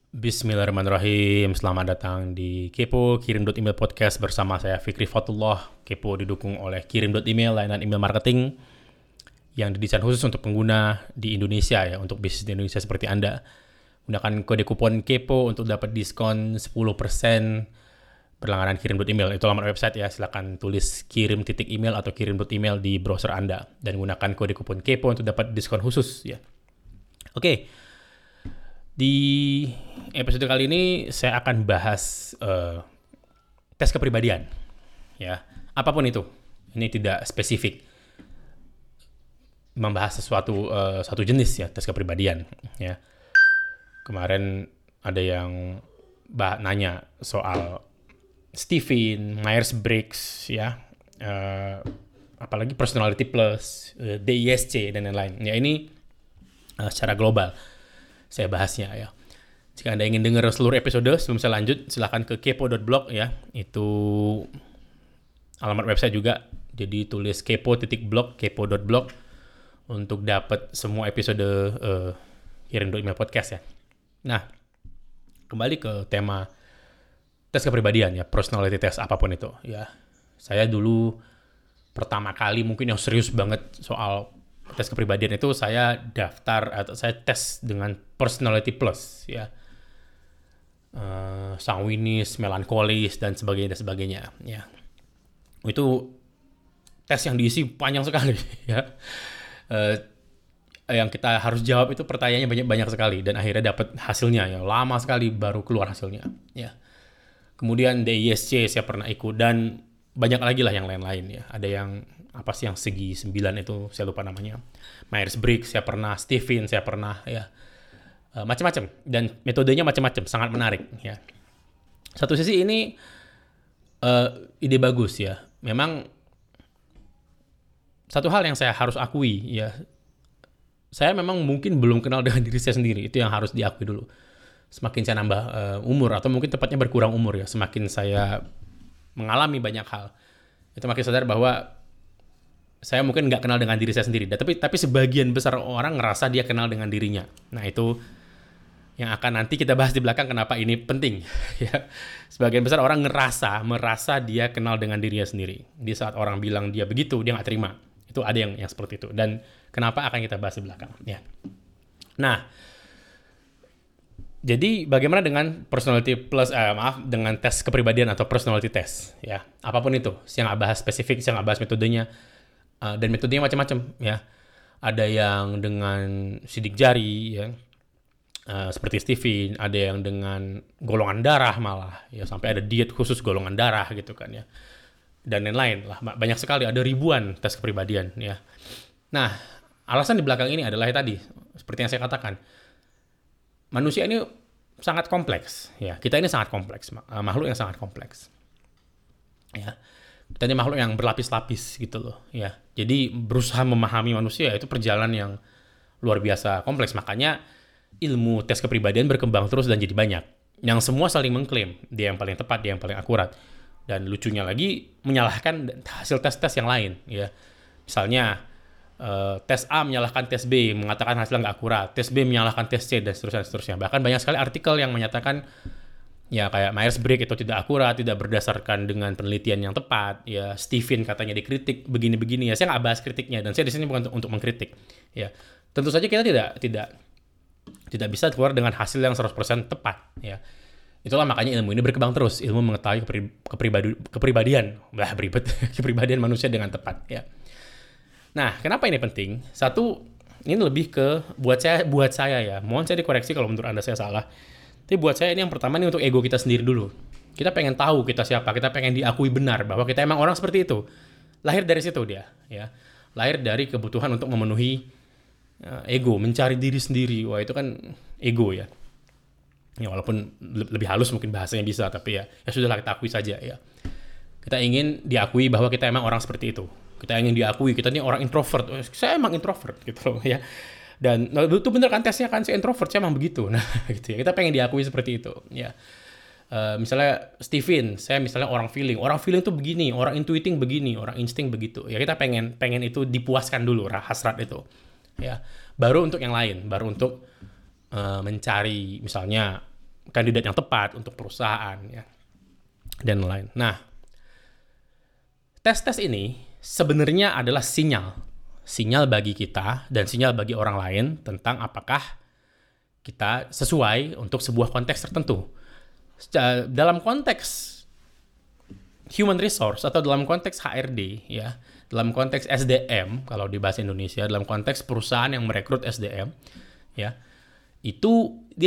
Bismillahirrahmanirrahim. Selamat datang di Kepo Kirim.email podcast bersama saya Fikri Fatullah. Kepo didukung oleh Kirim.email, layanan email marketing yang didesain khusus untuk pengguna di Indonesia ya, untuk bisnis di Indonesia seperti Anda. Gunakan kode kupon Kepo untuk dapat diskon 10% berlangganan Kirim.email. Itu alamat website ya. Silakan tulis kirim.email atau kirim.email di browser Anda dan gunakan kode kupon Kepo untuk dapat diskon khusus ya. Oke. Di episode kali ini saya akan bahas tes kepribadian, ya, apapun itu. Ini tidak spesifik membahas satu jenis ya tes kepribadian. Ya, kemarin ada yang nanya soal Stephen Myers-Briggs, ya, apalagi personality plus, DISC dan lain-lain. Ya, ini secara global saya bahasnya ya. Jika Anda ingin dengar seluruh episode sebelum saya lanjut, silahkan ke kepo.blog ya. Itu alamat website juga. Jadi tulis kepo.blog, kepo.blog untuk dapat semua episode Kirim.email podcast ya. Nah, kembali ke tema tes kepribadian ya, personality test apapun itu ya. Saya dulu pertama kali mungkin yang serius banget soal tes kepribadian itu saya daftar atau saya tes dengan personality plus ya, sanguinis, melankolis dan sebagainya ya. Itu tes yang diisi panjang sekali ya. Yang kita harus jawab itu pertanyaannya banyak sekali dan akhirnya dapat hasilnya ya, lama sekali baru keluar hasilnya ya. Kemudian DISC saya pernah ikut dan banyak lagi lah yang lain-lain ya. Ada yang apa sih yang segi 9 itu saya lupa namanya. Myers-Briggs saya pernah, Stephen saya pernah ya. Macam-macam dan metodenya macam-macam, sangat menarik ya. Satu sisi ini ide bagus ya. Memang satu hal yang saya harus akui ya. Saya memang mungkin belum kenal dengan diri saya sendiri. Itu yang harus diakui dulu. Semakin saya nambah umur atau mungkin tepatnya berkurang umur ya, semakin saya mengalami banyak hal, itu makin sadar bahwa saya mungkin nggak kenal dengan diri saya sendiri. Tapi sebagian besar orang ngerasa dia kenal dengan dirinya. Nah, itu yang akan nanti kita bahas di belakang kenapa ini penting. Ya, sebagian besar orang merasa dia kenal dengan dirinya sendiri. Di saat orang bilang dia begitu, dia nggak terima. Itu ada yang seperti itu. Dan kenapa akan kita bahas di belakang. Ya. Nah, jadi bagaimana dengan personality plus, dengan tes kepribadian atau personality test, ya, apapun itu. Saya nggak bahas spesifik, saya nggak bahas metodenya, dan metodenya macam-macam, ya. Ada yang dengan sidik jari, ya, seperti Stephen, ada yang dengan golongan darah malah, ya, sampai ada diet khusus golongan darah gitu kan, ya, dan lain-lain lah. Banyak sekali, ada ribuan tes kepribadian, ya. Nah, alasan di belakang ini adalah tadi, seperti yang saya katakan. Manusia ini sangat kompleks, ya. Kita ini sangat kompleks, makhluk yang sangat kompleks, ya. Kita ini makhluk yang berlapis-lapis gitu loh, ya. Jadi berusaha memahami manusia itu perjalanan yang luar biasa kompleks. Makanya ilmu tes kepribadian berkembang terus dan jadi banyak. Yang semua saling mengklaim dia yang paling tepat, dia yang paling akurat. Dan lucunya lagi menyalahkan hasil tes-tes yang lain, ya. Misalnya tes A menyalahkan tes B, mengatakan hasilnya nggak akurat. Tes B menyalahkan tes C, dan seterusnya. Bahkan banyak sekali artikel yang menyatakan, ya, kayak Myers-Briggs itu tidak akurat, tidak berdasarkan dengan penelitian yang tepat. Ya, Stephen katanya dikritik begini-begini. Ya, saya nggak bahas kritiknya, dan saya di sini bukan untuk mengkritik. Ya, tentu saja kita tidak bisa keluar dengan hasil yang 100% tepat. Ya, itulah makanya ilmu ini berkembang terus. Ilmu mengetahui kepribadian, kepribadian manusia dengan tepat. Ya. Nah, kenapa ini penting? Satu, ini lebih ke buat saya ya. Mohon saya dikoreksi kalau menurut Anda saya salah. Tapi buat saya ini yang pertama ini untuk ego kita sendiri dulu. Kita pengen tahu kita siapa, kita pengen diakui benar bahwa kita emang orang seperti itu. Lahir dari situ dia, ya. Lahir dari kebutuhan untuk memenuhi ego, mencari diri sendiri. Wah, itu kan ego ya. Ya, walaupun lebih halus mungkin bahasanya bisa, tapi ya sudahlah, kita akui saja ya. Kita ingin diakui bahwa kita emang orang seperti itu. Kita ingin diakui, kita ini orang introvert. Saya emang introvert gitu loh ya. Dan itu bener kan tesnya kan, saya introvert, saya emang begitu. Nah, gitu ya. Kita pengen diakui seperti itu ya. Misalnya Stephen, saya misalnya orang feeling tuh begini, orang intuiting begini, orang insting begitu. Ya, kita pengen itu dipuaskan dulu hasrat itu. Ya. Baru untuk yang lain, baru untuk mencari misalnya kandidat yang tepat untuk perusahaan, ya, dan lain. Nah, tes-tes ini sebenarnya adalah sinyal bagi kita dan sinyal bagi orang lain tentang apakah kita sesuai untuk sebuah konteks tertentu. Dalam konteks human resource atau dalam konteks HRD, ya, dalam konteks SDM kalau di bahasa Indonesia, dalam konteks perusahaan yang merekrut SDM, ya, itu dia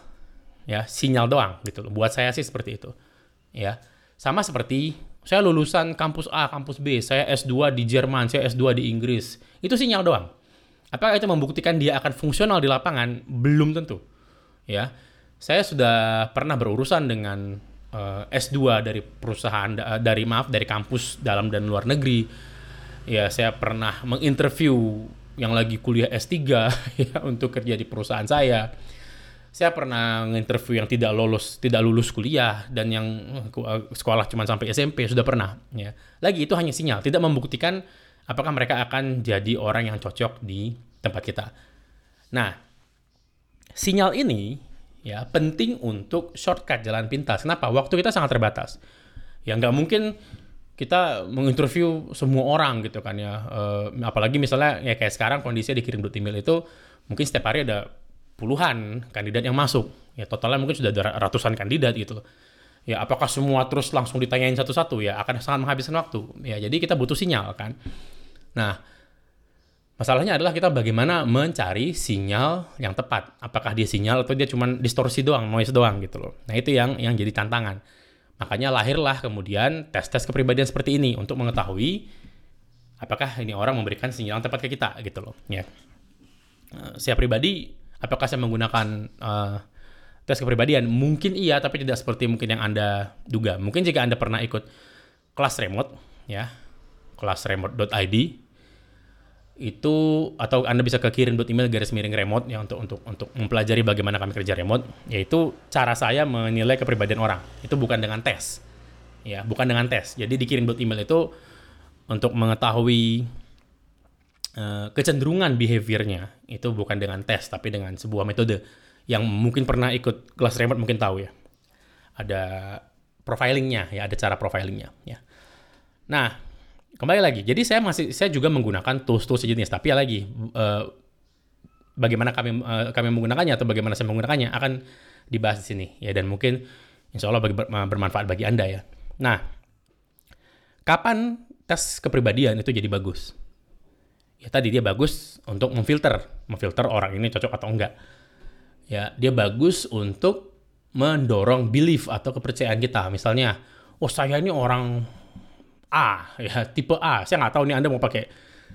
sinyal doang gitu loh. Buat saya sih seperti itu, ya. Sama seperti saya lulusan kampus A, kampus B, saya S2 di Jerman, saya S2 di Inggris, itu sinyal doang. Apakah itu membuktikan dia akan fungsional di lapangan? Belum tentu, ya. Saya sudah pernah berurusan dengan S2 dari perusahaan, dari kampus dalam dan luar negeri. Ya, saya pernah menginterview yang lagi kuliah S3 ya, untuk kerja di perusahaan saya. Saya pernah menginterview yang tidak lulus kuliah dan yang sekolah cuma sampai SMP, sudah pernah. Ya. Lagi itu hanya sinyal, tidak membuktikan apakah mereka akan jadi orang yang cocok di tempat kita. Nah, sinyal ini ya penting untuk shortcut jalan pintas. Kenapa? Waktu kita sangat terbatas. Ya nggak mungkin kita menginterview semua orang gitu kan ya. Apalagi misalnya ya kayak sekarang kondisinya di Kirim.email itu mungkin setiap hari ada puluhan kandidat yang masuk. Ya totalnya mungkin sudah ada ratusan kandidat gitu. Ya apakah semua terus langsung ditanyain satu-satu? Ya akan sangat menghabiskan waktu. Ya jadi kita butuh sinyal kan. Nah, masalahnya adalah kita bagaimana mencari sinyal yang tepat. Apakah dia sinyal atau dia cuma distorsi doang, noise doang gitu loh. Nah itu yang jadi tantangan. Makanya lahirlah kemudian tes-tes kepribadian seperti ini untuk mengetahui apakah ini orang memberikan sinyal yang tepat ke kita gitu loh. Ya. Saya pribadi, apakah saya menggunakan tes kepribadian? Mungkin iya, tapi tidak seperti mungkin yang Anda duga. Mungkin jika Anda pernah ikut kelas remote, ya, kelasremote.id, itu atau Anda bisa ke kirim.email/remote ya untuk mempelajari bagaimana kami kerja remote, yaitu cara saya menilai kepribadian orang. Itu bukan dengan tes. Ya, bukan dengan tes. Jadi di kirim.email itu untuk mengetahui kecenderungan behaviornya itu bukan dengan tes tapi dengan sebuah metode yang mungkin pernah ikut kelas remote mungkin tahu ya. Ada profilingnya ya, ada cara profilingnya ya. Nah, kembali lagi, jadi saya juga menggunakan tools-tools sejenis, tapi ya lagi bagaimana kami menggunakannya atau bagaimana saya menggunakannya akan dibahas di sini ya, dan mungkin insya Allah bermanfaat bagi Anda ya. Nah, kapan tes kepribadian itu jadi bagus? Ya tadi dia bagus untuk memfilter orang ini cocok atau enggak. Ya, dia bagus untuk mendorong belief atau kepercayaan kita. Misalnya, oh saya ini orang A, ya tipe A. Saya nggak tahu nih Anda mau pakai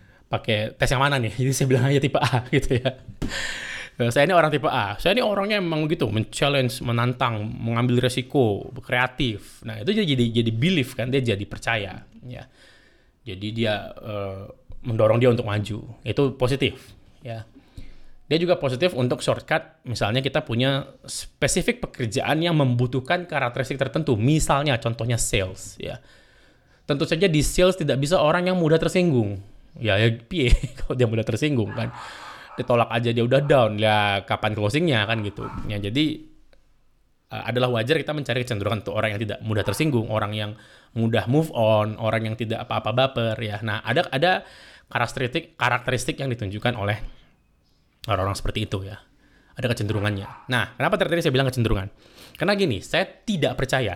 tes yang mana nih. Jadi saya bilang aja tipe A gitu ya. Saya ini orang tipe A. Saya ini orangnya memang gitu, men-challenge, menantang, mengambil resiko, kreatif. Nah itu jadi belief kan, dia jadi percaya. Ya. Jadi dia mendorong dia untuk maju. Itu positif. Ya. Dia juga positif untuk shortcut. Misalnya kita punya spesifik pekerjaan yang membutuhkan karakteristik tertentu. Misalnya contohnya sales. Ya. Tentu saja di sales tidak bisa orang yang mudah tersinggung. Ya piye kalau dia mudah tersinggung kan. Ditolak aja dia udah down. Ya kapan closingnya kan gitu. Ya jadi adalah wajar kita mencari kecenderungan untuk orang yang tidak mudah tersinggung, orang yang mudah move on, orang yang tidak apa-apa baper ya. Nah, ada karakteristik yang ditunjukkan oleh orang-orang seperti itu ya. Ada kecenderungannya. Nah, kenapa tadi saya bilang kecenderungan? Karena gini, saya tidak percaya.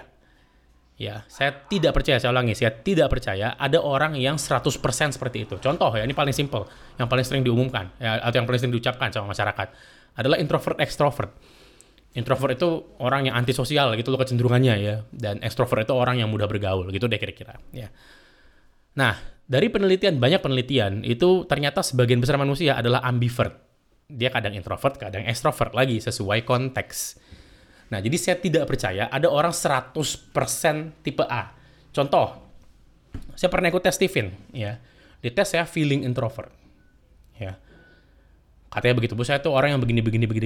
Ya, saya tidak percaya, saya ulangi, saya tidak percaya ada orang yang 100% seperti itu. Contoh ya, ini paling simple, yang paling sering diumumkan, ya, atau yang paling sering diucapkan sama masyarakat, adalah introvert, extrovert. Introvert itu orang yang antisosial gitu loh kecenderungannya ya, dan extrovert itu orang yang mudah bergaul gitu deh kira-kira. Ya. Nah, dari banyak penelitian, itu ternyata sebagian besar manusia adalah ambivert. Dia kadang introvert, kadang extrovert lagi sesuai konteks. Nah, jadi saya tidak percaya ada orang 100% tipe A. Contoh, saya pernah ikut tes Stephen, ya. Di tes saya feeling introvert. Ya. Katanya begitu, Bu, saya tuh orang yang begini.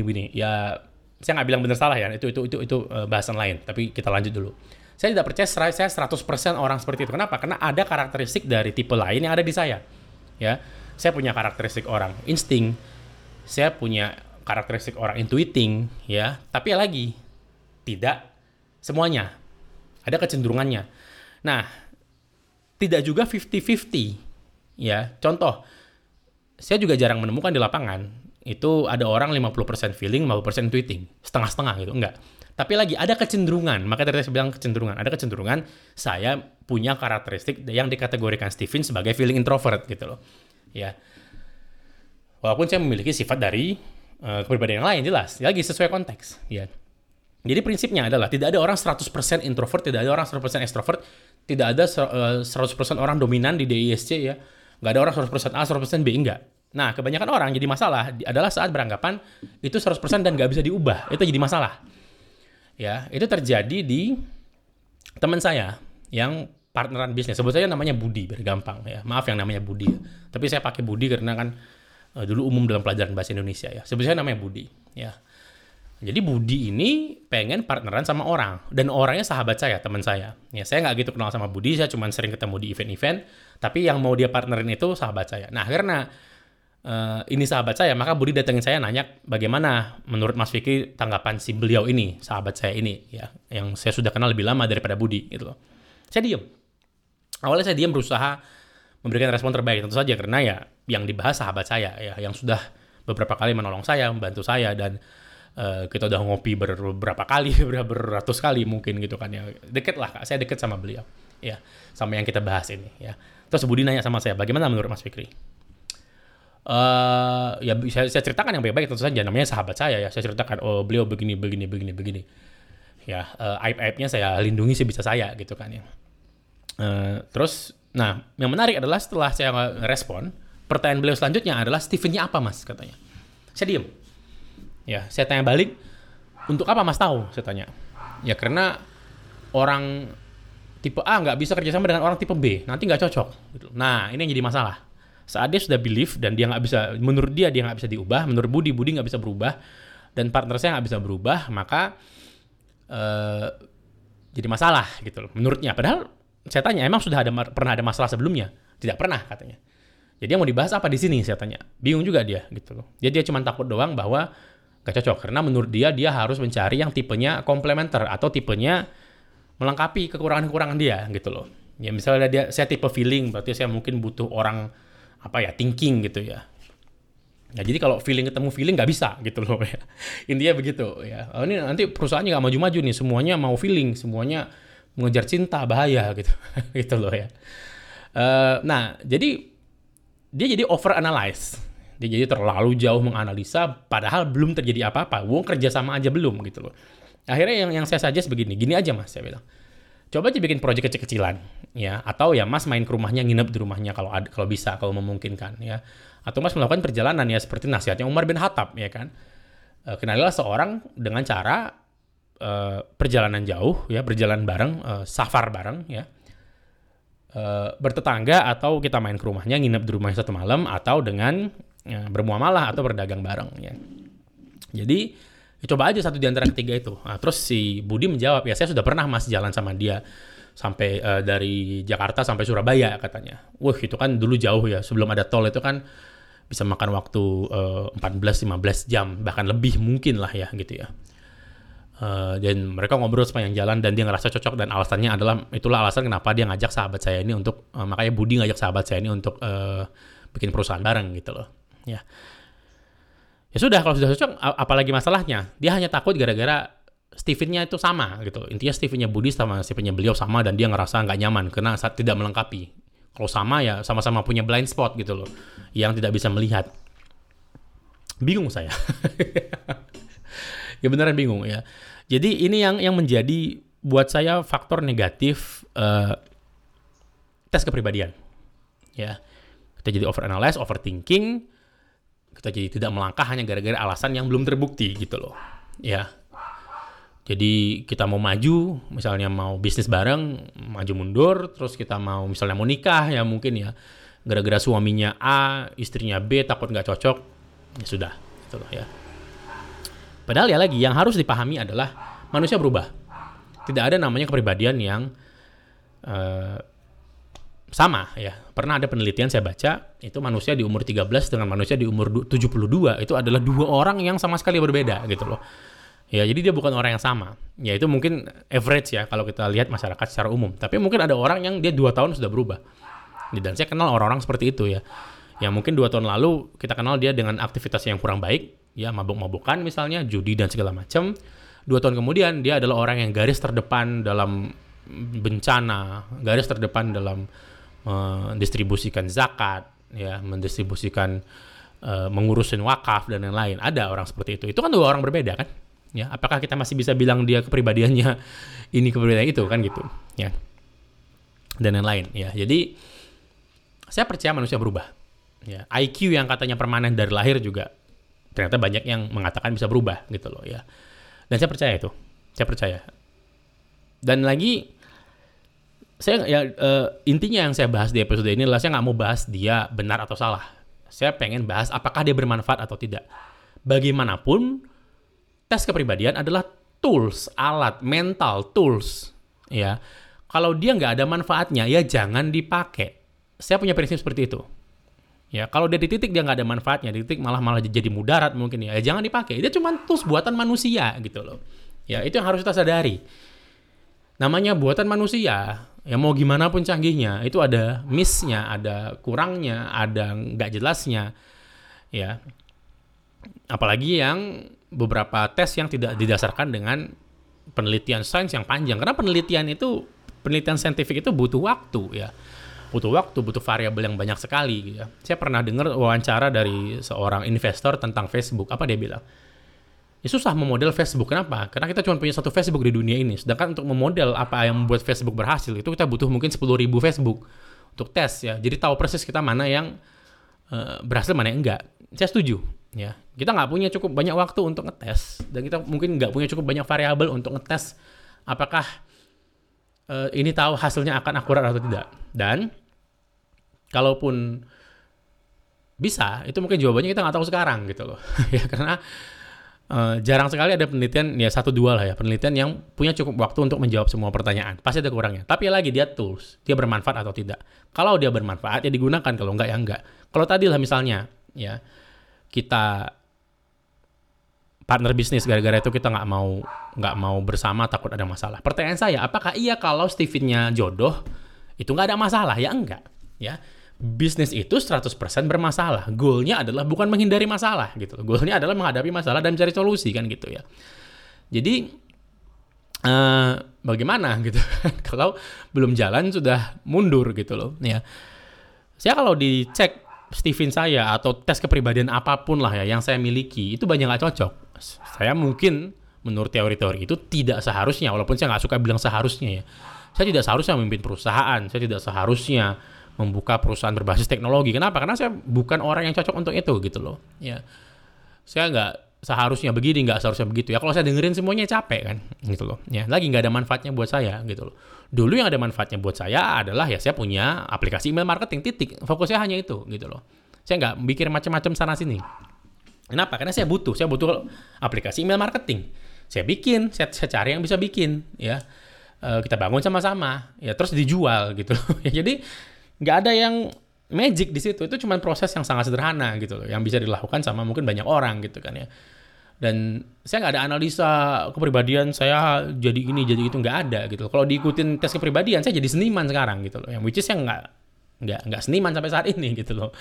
Ya, saya nggak bilang benar salah ya, itu bahasan lain, tapi kita lanjut dulu. Saya tidak percaya saya 100% orang seperti itu. Kenapa? Karena ada karakteristik dari tipe lain yang ada di saya. Ya. Saya punya karakteristik orang insting, saya punya karakteristik orang intuiting, ya. Tapi ya lagi, Tidak semuanya. Ada kecenderungannya. Nah, tidak juga 50-50. Ya, contoh, saya juga jarang menemukan di lapangan, itu ada orang 50% feeling, 50% tweeting. Setengah-setengah gitu, enggak. Tapi lagi, ada kecenderungan. Makanya tadi saya bilang kecenderungan. Ada kecenderungan, saya punya karakteristik yang dikategorikan Steven sebagai feeling introvert gitu loh. Ya. Walaupun saya memiliki sifat dari kepribadian yang lain, jelas. Lagi sesuai konteks. Ya. Jadi prinsipnya adalah tidak ada orang 100% introvert, tidak ada orang 100% extrovert, tidak ada 100% orang dominan di DISC ya. Nggak ada orang 100% A, 100% B, enggak. Nah, kebanyakan orang jadi masalah adalah saat beranggapan itu 100% dan nggak bisa diubah. Itu jadi masalah. Ya, itu terjadi di teman saya yang partneran bisnis. Sebut saja namanya Budi, biar gampang ya. Maaf yang namanya Budi ya. Tapi saya pakai Budi karena kan dulu umum dalam pelajaran bahasa Indonesia ya. Sebut saja namanya Budi ya. Jadi Budi ini pengen partneran sama orang. Dan orangnya sahabat saya, teman saya. Ya, saya nggak gitu kenal sama Budi, saya cuma sering ketemu di event-event. Tapi yang mau dia partnerin itu sahabat saya. Nah, karena ini sahabat saya, maka Budi datengin saya nanya bagaimana menurut Mas Fikri tanggapan si beliau ini, sahabat saya ini. Ya, yang saya sudah kenal lebih lama daripada Budi. Gitu loh. Saya diem. Awalnya saya diem berusaha memberikan respon terbaik. Tentu saja karena ya yang dibahas sahabat saya. Ya, yang sudah beberapa kali menolong saya, membantu saya, dan kita udah ngopi beberapa kali, beratus kali mungkin gitu kan ya. Deket lah, Kak. Saya deket sama beliau. Ya, sama yang kita bahas ini ya. Terus Budi nanya sama saya, bagaimana menurut Mas Fikri? Ya saya ceritakan yang baik-baik, tentu saja namanya sahabat saya ya. Saya ceritakan, oh beliau begini. Ya, aib-aibnya saya lindungi sebisa saya gitu kan ya. Terus, nah yang menarik adalah setelah saya respon, pertanyaan beliau selanjutnya adalah, Steven-nya apa Mas? Katanya. Saya diem. Ya, saya tanya balik, untuk apa Mas tahu? Saya tanya. Ya karena orang tipe A nggak bisa kerjasama dengan orang tipe B, nanti nggak cocok. Gitu. Nah, ini yang jadi masalah. Saat dia sudah believe dan dia nggak bisa, menurut dia nggak bisa diubah, menurut Budi nggak bisa berubah, dan partner saya nggak bisa berubah, maka jadi masalah gitu loh, menurutnya. Padahal saya tanya, emang sudah pernah ada masalah sebelumnya? Tidak pernah katanya. Jadi yang mau dibahas apa di sini? Saya tanya. Bingung juga dia gitu loh. Dia cuma takut doang bahwa gak cocok, karena menurut dia harus mencari yang tipenya komplementer atau tipenya melengkapi kekurangan-kekurangan dia gitu loh. Ya misalnya saya tipe feeling, berarti saya mungkin butuh orang thinking gitu ya. Nah, jadi kalau feeling ketemu feeling nggak bisa gitu loh ya. Intinya begitu ya. Oh, ini nanti perusahaannya nggak maju-maju nih, semuanya mau feeling, semuanya mengejar cinta, bahaya gitu. Gitu loh ya. Nah, jadi dia jadi over analyze. Dia jadi terlalu jauh menganalisa, padahal belum terjadi apa-apa. Wong kerja sama aja belum gitu loh. Akhirnya yang saya suggest begini aja Mas, saya bilang. Coba aja bikin proyek kecil-kecilan, ya. Atau ya Mas main ke rumahnya, nginep di rumahnya kalau bisa, kalau memungkinkan, ya. Atau Mas melakukan perjalanan ya, seperti nasihatnya Umar bin Khattab, ya kan. Kenalilah seorang dengan cara perjalanan jauh, ya, berjalan bareng, safar bareng, ya. Bertetangga, atau kita main ke rumahnya, nginep di rumahnya satu malam, atau dengan bermuamalah atau berdagang bareng ya. Jadi coba aja satu di antara ketiga itu. Nah, terus si Budi menjawab, ya saya sudah pernah Mas jalan sama dia sampai dari Jakarta sampai Surabaya katanya. Wah itu kan dulu jauh ya, sebelum ada tol itu kan bisa makan waktu 14-15 jam, bahkan lebih mungkin lah ya gitu ya. Dan mereka ngobrol sepanjang jalan dan dia ngerasa cocok, dan alasannya adalah, itulah alasan kenapa dia ngajak sahabat saya ini untuk, makanya Budi ngajak sahabat saya ini untuk bikin perusahaan bareng gitu loh. Ya sudah, kalau sudah cocok, apalagi masalahnya? Dia hanya takut gara-gara Steven-nya itu sama gitu. Intinya Steven-nya Budi sama Steven-nya beliau sama, dan dia ngerasa nggak nyaman karena saat tidak melengkapi. Kalau sama ya sama-sama punya blind spot gitu loh, yang tidak bisa melihat. Bingung saya. Ya beneran bingung ya. Jadi ini yang menjadi buat saya faktor negatif tes kepribadian. Ya, kita jadi overanalyze, overthinking. Kita jadi tidak melangkah hanya gara-gara alasan yang belum terbukti gitu loh. Ya. Jadi kita mau maju, misalnya mau bisnis bareng, maju mundur, terus kita mau misalnya mau nikah ya mungkin ya. Gara-gara suaminya A, istrinya B takut nggak cocok, ya sudah gitu loh ya. Padahal ya lagi yang harus dipahami adalah manusia berubah. Tidak ada namanya kepribadian yang sama ya. Pernah ada penelitian saya baca, itu manusia di umur 13 dengan manusia di umur 72 itu adalah dua orang yang sama sekali berbeda gitu loh. Ya, jadi dia bukan orang yang sama. Ya, itu mungkin average ya kalau kita lihat masyarakat secara umum. Tapi mungkin ada orang yang dia 2 tahun sudah berubah. Dan saya kenal orang-orang seperti itu ya. Yang mungkin 2 tahun lalu kita kenal dia dengan aktivitas yang kurang baik, ya mabuk-mabukan misalnya, judi dan segala macam. 2 tahun kemudian dia adalah orang yang garis terdepan dalam bencana, garis terdepan dalam mendistribusikan zakat, ya, mendistribusikan mengurusin wakaf dan lain-lain. Ada orang seperti itu. Itu kan 2 orang berbeda kan? Ya, apakah kita masih bisa bilang dia kepribadiannya ini kepribadian itu kan gitu, ya. Dan lain-lain, ya. Jadi saya percaya manusia berubah. Ya, IQ yang katanya permanen dari lahir juga ternyata banyak yang mengatakan bisa berubah gitu loh ya. Dan saya percaya itu. Saya percaya. Dan lagi saya intinya yang saya bahas di episode ini adalah saya nggak mau bahas dia benar atau salah. Saya pengen bahas apakah dia bermanfaat atau tidak. Bagaimanapun tes kepribadian adalah tools, alat, mental tools. Ya, kalau dia nggak ada manfaatnya, ya jangan dipakai. Saya punya prinsip seperti itu. Ya, kalau dia di titik dia nggak ada manfaatnya, di titik malah jadi mudarat mungkin ya jangan dipakai. Dia cuma tools buatan manusia gitu loh. Ya, itu yang harus kita sadari. Namanya buatan manusia, ya mau gimana pun canggihnya, itu ada miss-nya, ada kurangnya, ada nggak jelasnya. Ya, apalagi yang beberapa tes yang tidak didasarkan dengan penelitian sains yang panjang. Karena penelitian saintifik itu butuh waktu ya. Butuh variabel yang banyak sekali gitu ya. Saya pernah dengar wawancara dari seorang investor tentang Facebook. Apa dia bilang? Ya susah memodel Facebook. Kenapa? Karena kita cuma punya satu Facebook di dunia ini. Sedangkan untuk memodel apa yang membuat Facebook berhasil, itu kita butuh mungkin 10.000 Facebook untuk tes ya. Jadi tahu persis kita mana yang berhasil, mana yang enggak. Saya setuju. Ya, kita nggak punya cukup banyak waktu untuk ngetes, dan kita mungkin nggak punya cukup banyak variabel untuk ngetes apakah ini tahu hasilnya akan akurat atau tidak. Dan kalaupun bisa, itu mungkin jawabannya kita nggak tahu sekarang gitu loh. Ya, karena jarang sekali ada penelitian, ya 1-2 lah ya, penelitian yang punya cukup waktu untuk menjawab semua pertanyaan. Pasti ada kurangnya. Tapi lagi dia tools, dia bermanfaat atau tidak. Kalau dia bermanfaat ya digunakan, kalau enggak ya enggak. Kalau tadi lah misalnya, ya kita partner bisnis gara-gara itu kita nggak mau bersama, takut ada masalah. Pertanyaan saya, apakah iya kalau Steven-nya jodoh itu nggak ada masalah? Ya enggak. Ya, bisnis itu 100% bermasalah. Goalnya adalah bukan menghindari masalah gitu. Goalnya adalah menghadapi masalah dan mencari solusi kan gitu ya. Jadi bagaimana gitu kalau belum jalan sudah mundur gitu loh. Ya, saya kalau dicek Steven saya atau tes kepribadian apapun lah ya yang saya miliki itu banyak nggak cocok. Saya mungkin menurut teori-teori itu tidak seharusnya, walaupun saya nggak suka bilang seharusnya ya. Saya tidak seharusnya memimpin perusahaan, saya tidak seharusnya membuka perusahaan berbasis teknologi. Kenapa? Karena saya bukan orang yang cocok untuk itu gitu loh. Ya, saya nggak seharusnya begini, nggak seharusnya begitu. Ya kalau saya dengerin semuanya capek kan, gitu loh. Ya, lagi nggak ada manfaatnya buat saya gitu loh. Dulu yang ada manfaatnya buat saya adalah ya saya punya aplikasi email marketing, titik. Fokusnya hanya itu gitu loh. Saya nggak mikir macam-macam sana sini. Kenapa? Karena saya butuh aplikasi email marketing. Saya bikin, saya cari yang bisa bikin, ya. Kita bangun sama-sama, ya terus dijual gitu loh. Jadi nggak ada yang magic di situ. Itu cuma proses yang sangat sederhana gitu loh, yang bisa dilakukan sama mungkin banyak orang gitu kan ya. Dan saya nggak ada analisa kepribadian saya jadi ini jadi itu, nggak ada gitu. Kalau diikutin tes kepribadian saya jadi seniman sekarang gitu loh. Yang which is yang nggak seniman sampai saat ini gitu loh.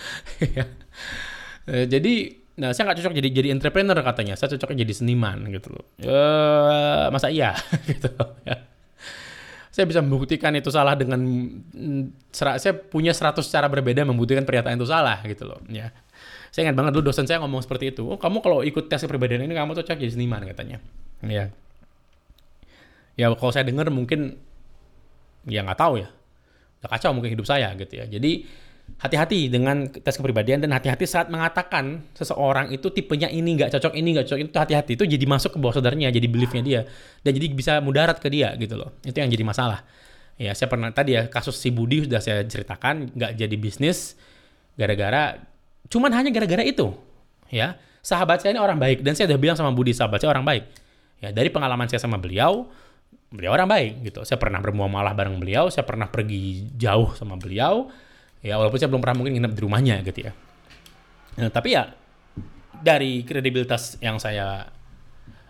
Jadi saya nggak cocok jadi entrepreneur katanya. Saya cocoknya jadi seniman gitu loh. Masa iya gitu loh. Ya. Saya bisa membuktikan itu salah dengan saya punya 100 cara berbeda membuktikan pernyataan itu salah gitu loh. Ya. Saya ingat banget dulu dosen saya ngomong seperti itu. Oh, kamu kalau ikut tes kepribadian ini kamu cocok jadi seniman katanya. Ya. Ya kalau saya dengar mungkin ya nggak tahu ya. Udah kacau mungkin hidup saya gitu ya. Jadi hati-hati dengan tes kepribadian dan hati-hati saat mengatakan seseorang itu tipenya ini nggak cocok, itu hati-hati. Itu jadi masuk ke bawah sadarnya, jadi beliefnya dia. Dan jadi bisa mudarat ke dia gitu loh. Itu yang jadi masalah. Ya saya pernah tadi ya kasus si Budi sudah saya ceritakan, nggak jadi bisnis cuman hanya gara-gara itu, ya. Sahabat saya ini orang baik dan saya udah bilang sama Budi sahabat saya orang baik. Ya dari pengalaman saya sama beliau orang baik gitu. Saya pernah bermuamalah bareng beliau, saya pernah pergi jauh sama beliau. Ya walaupun saya belum pernah mungkin nginep di rumahnya gitu ya. Nah, tapi ya dari kredibilitas yang saya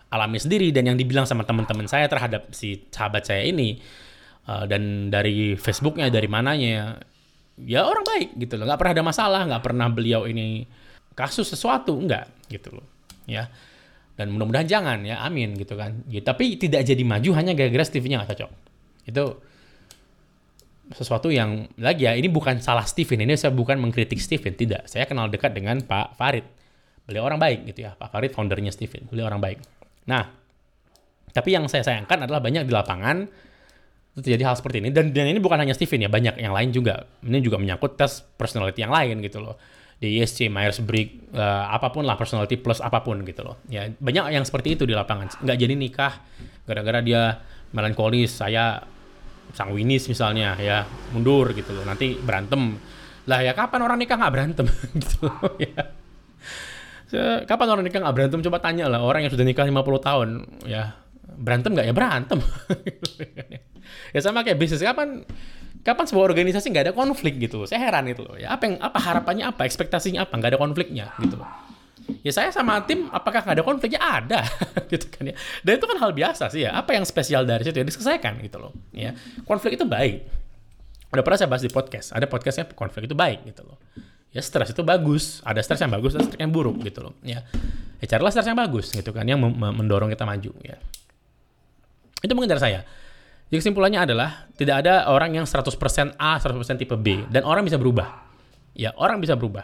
alami sendiri dan yang dibilang sama teman-teman saya terhadap si sahabat saya ini, dan dari Facebooknya, dari mananya, ya orang baik gitu loh, nggak pernah ada masalah, nggak pernah beliau ini kasus sesuatu, nggak gitu loh, ya. Dan mudah-mudahan jangan ya, amin gitu kan. Ya, tapi tidak jadi maju hanya gara-gara Steven-nya nggak cocok. Itu sesuatu yang lagi ya, ini bukan salah Steven, ini saya bukan mengkritik Steven, tidak. Saya kenal dekat dengan Pak Farid. Beliau orang baik gitu ya, Pak Farid foundernya Steven, beliau orang baik. Nah, tapi yang saya sayangkan adalah banyak di lapangan itu terjadi hal seperti ini, dan ini bukan hanya Steven ya, banyak yang lain juga. Ini juga menyangkut tes personality yang lain gitu loh. Di ISC, Myers-Briggs, apapun lah, personality plus apapun gitu loh. Ya, banyak yang seperti itu di lapangan. Nggak jadi nikah gara-gara dia melankolis, saya sangwinis misalnya, ya mundur gitu loh. Nanti berantem. Lah ya kapan orang nikah nggak berantem gitu loh ya. Kapan orang nikah nggak berantem? Coba tanya lah orang yang sudah nikah 50 tahun ya. Berantem nggak? Ya berantem. Ya sama kayak bisnis, kapan sebuah organisasi nggak ada konflik gitu. Saya heran itu loh. Ya apa harapannya, apa ekspektasinya, apa nggak ada konfliknya gitu loh. Ya saya sama tim, apakah nggak ada konfliknya? Ada gitu kan ya. Dan itu kan hal biasa sih ya. Apa yang spesial dari situ ya diselesaikan gitu loh. Ya konflik itu baik. Udah pernah saya bahas di podcast. Ada podcastnya konflik itu baik gitu loh. Ya stres itu bagus. Ada stres yang bagus, ada stres yang buruk gitu loh. Ya carilah stres yang bagus gitu kan, yang mendorong kita maju ya. Itu mungkin dari saya. Jadi kesimpulannya adalah tidak ada orang yang 100% A, 100% tipe B, dan orang bisa berubah. Ya, orang bisa berubah.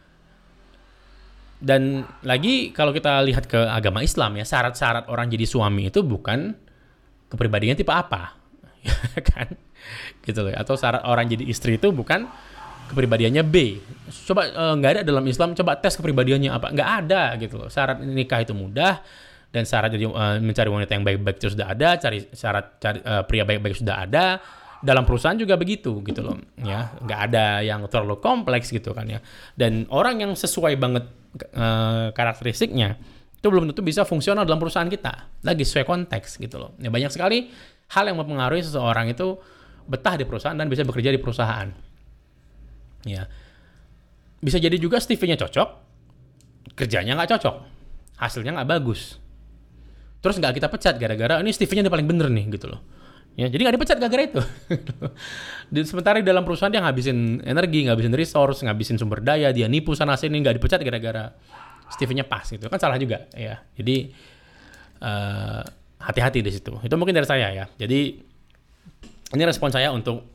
Dan lagi kalau kita lihat ke agama Islam ya, syarat-syarat orang jadi suami itu bukan kepribadiannya tipe apa. Ya kan? Gitu loh. Atau syarat orang jadi istri itu bukan kepribadiannya B. Coba nggak ada dalam Islam, coba tes kepribadiannya apa. Nggak ada gitu loh. Syarat nikah itu mudah. Dan syarat jadi mencari wanita yang baik-baik itu sudah ada, cari pria baik-baik sudah ada. Dalam perusahaan juga begitu gitu loh, ya nggak ada yang terlalu kompleks gitu kan ya. Dan orang yang sesuai banget karakteristiknya itu belum tentu bisa fungsional dalam perusahaan kita. Lagi sesuai konteks gitu loh. Ya banyak sekali hal yang mempengaruhi seseorang itu betah di perusahaan dan bisa bekerja di perusahaan. Ya bisa jadi juga Steven-nya cocok, kerjanya nggak cocok, hasilnya nggak bagus. Terus nggak kita pecat gara-gara ini Steven-nya paling bener nih gitu loh. Ya, jadi nggak dipecat gara-gara itu. Sementara di dalam perusahaan dia ngabisin energi, ngabisin resource, ngabisin sumber daya, dia nipu sana sini, nggak dipecat gara-gara Steven-nya pas gitu. Kan salah juga ya. Jadi hati-hati di situ. Itu mungkin dari saya ya. Jadi ini respon saya untuk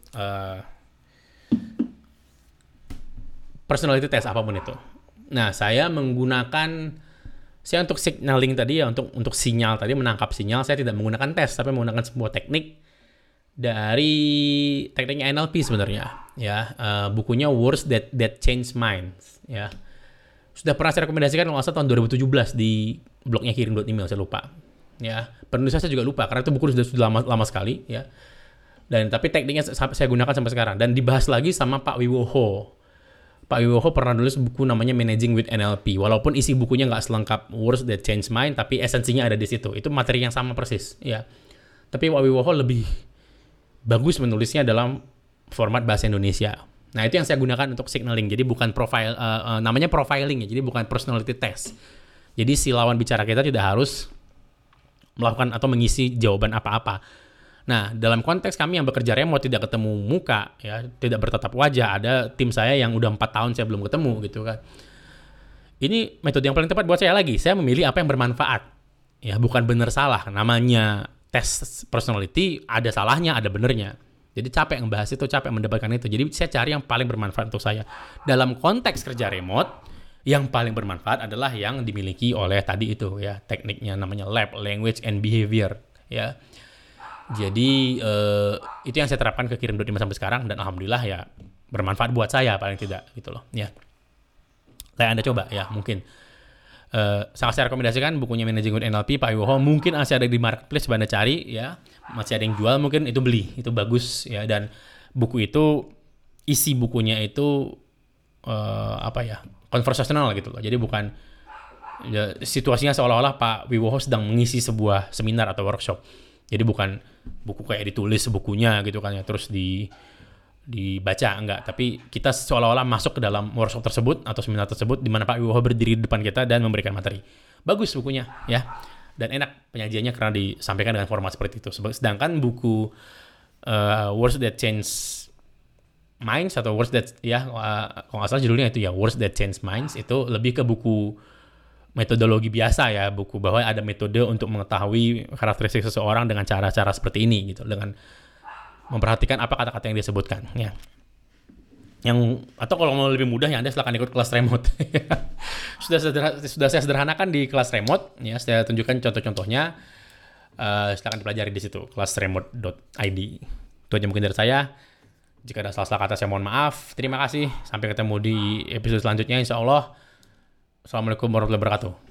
personality test apapun itu. Nah, saya untuk signaling tadi ya, untuk sinyal tadi, menangkap sinyal, saya tidak menggunakan tes, tapi menggunakan sebuah teknik dari tekniknya NLP sebenarnya. Ya, bukunya Words That Change Minds. Ya, sudah pernah saya rekomendasikan kalau nggak salah tahun 2017 di blognya kirim.email, saya lupa. Ya, penulisnya saya juga lupa karena itu buku sudah lama sekali. Ya, tapi tekniknya saya gunakan sampai sekarang dan dibahas lagi sama Pak Wiwoho. Pak Wiwoho pernah nulis buku namanya Managing with NLP. Walaupun isi bukunya nggak selengkap Words That Change Mind, tapi esensinya ada di situ. Itu materi yang sama persis, ya. Tapi Pak Wiwoho lebih bagus menulisnya dalam format bahasa Indonesia. Nah, itu yang saya gunakan untuk signaling. Jadi bukan profile, namanya profiling ya. Jadi bukan personality test. Jadi si lawan bicara kita tidak harus melakukan atau mengisi jawaban apa-apa. Nah, dalam konteks kami yang bekerja remote, tidak ketemu muka, ya, tidak bertatap wajah, ada tim saya yang udah 4 tahun saya belum ketemu gitu kan. Ini metode yang paling tepat buat saya lagi. Saya memilih apa yang bermanfaat. Ya, bukan benar salah. Namanya tes personality, ada salahnya, ada benernya. Jadi capek ngebahas itu, capek mendapatkan itu. Jadi saya cari yang paling bermanfaat untuk saya. Dalam konteks kerja remote, yang paling bermanfaat adalah yang dimiliki oleh tadi itu ya, tekniknya namanya lab, language and behavior, ya. Jadi itu yang saya terapkan ke kirim.email sampai sekarang dan alhamdulillah ya bermanfaat buat saya paling tidak gitu loh ya. Saya Anda coba ya mungkin. Sangat saya rekomendasikan bukunya Managing with NLP Pak Wiwoho, mungkin masih ada di marketplace, Anda cari ya, masih ada yang jual, mungkin itu beli, itu bagus ya. Dan buku itu isi bukunya itu konversasional gitu loh. Jadi bukan ya, situasinya seolah-olah Pak Wiwoho sedang mengisi sebuah seminar atau workshop. Jadi bukan buku kayak ditulis bukunya gitu kan ya, terus dibaca, enggak. Tapi kita seolah-olah masuk ke dalam workshop tersebut atau seminar tersebut di mana Pak Wiwoho berdiri di depan kita dan memberikan materi. Bagus bukunya ya. dan enak penyajiannya karena disampaikan dengan format seperti itu. Sedangkan buku Words That Change Minds atau Words That kalau nggak salah judulnya itu ya Words That Change Minds, itu lebih ke buku metodologi biasa ya, buku bahwa ada metode untuk mengetahui karakteristik seseorang dengan cara-cara seperti ini gitu, dengan memperhatikan apa kata-kata yang disebutkan ya. Atau kalau mau lebih mudah ya Anda silakan ikut kelas remote. Sudah saya sederhanakan di kelas remote ya, saya tunjukkan contoh-contohnya. Silakan dipelajari di situ, kelasremote.id. Itu aja mungkin dari saya. Jika ada salah-salah kata saya mohon maaf. Terima kasih. Sampai ketemu di episode selanjutnya insyaallah. Assalamualaikum warahmatullahi wabarakatuh.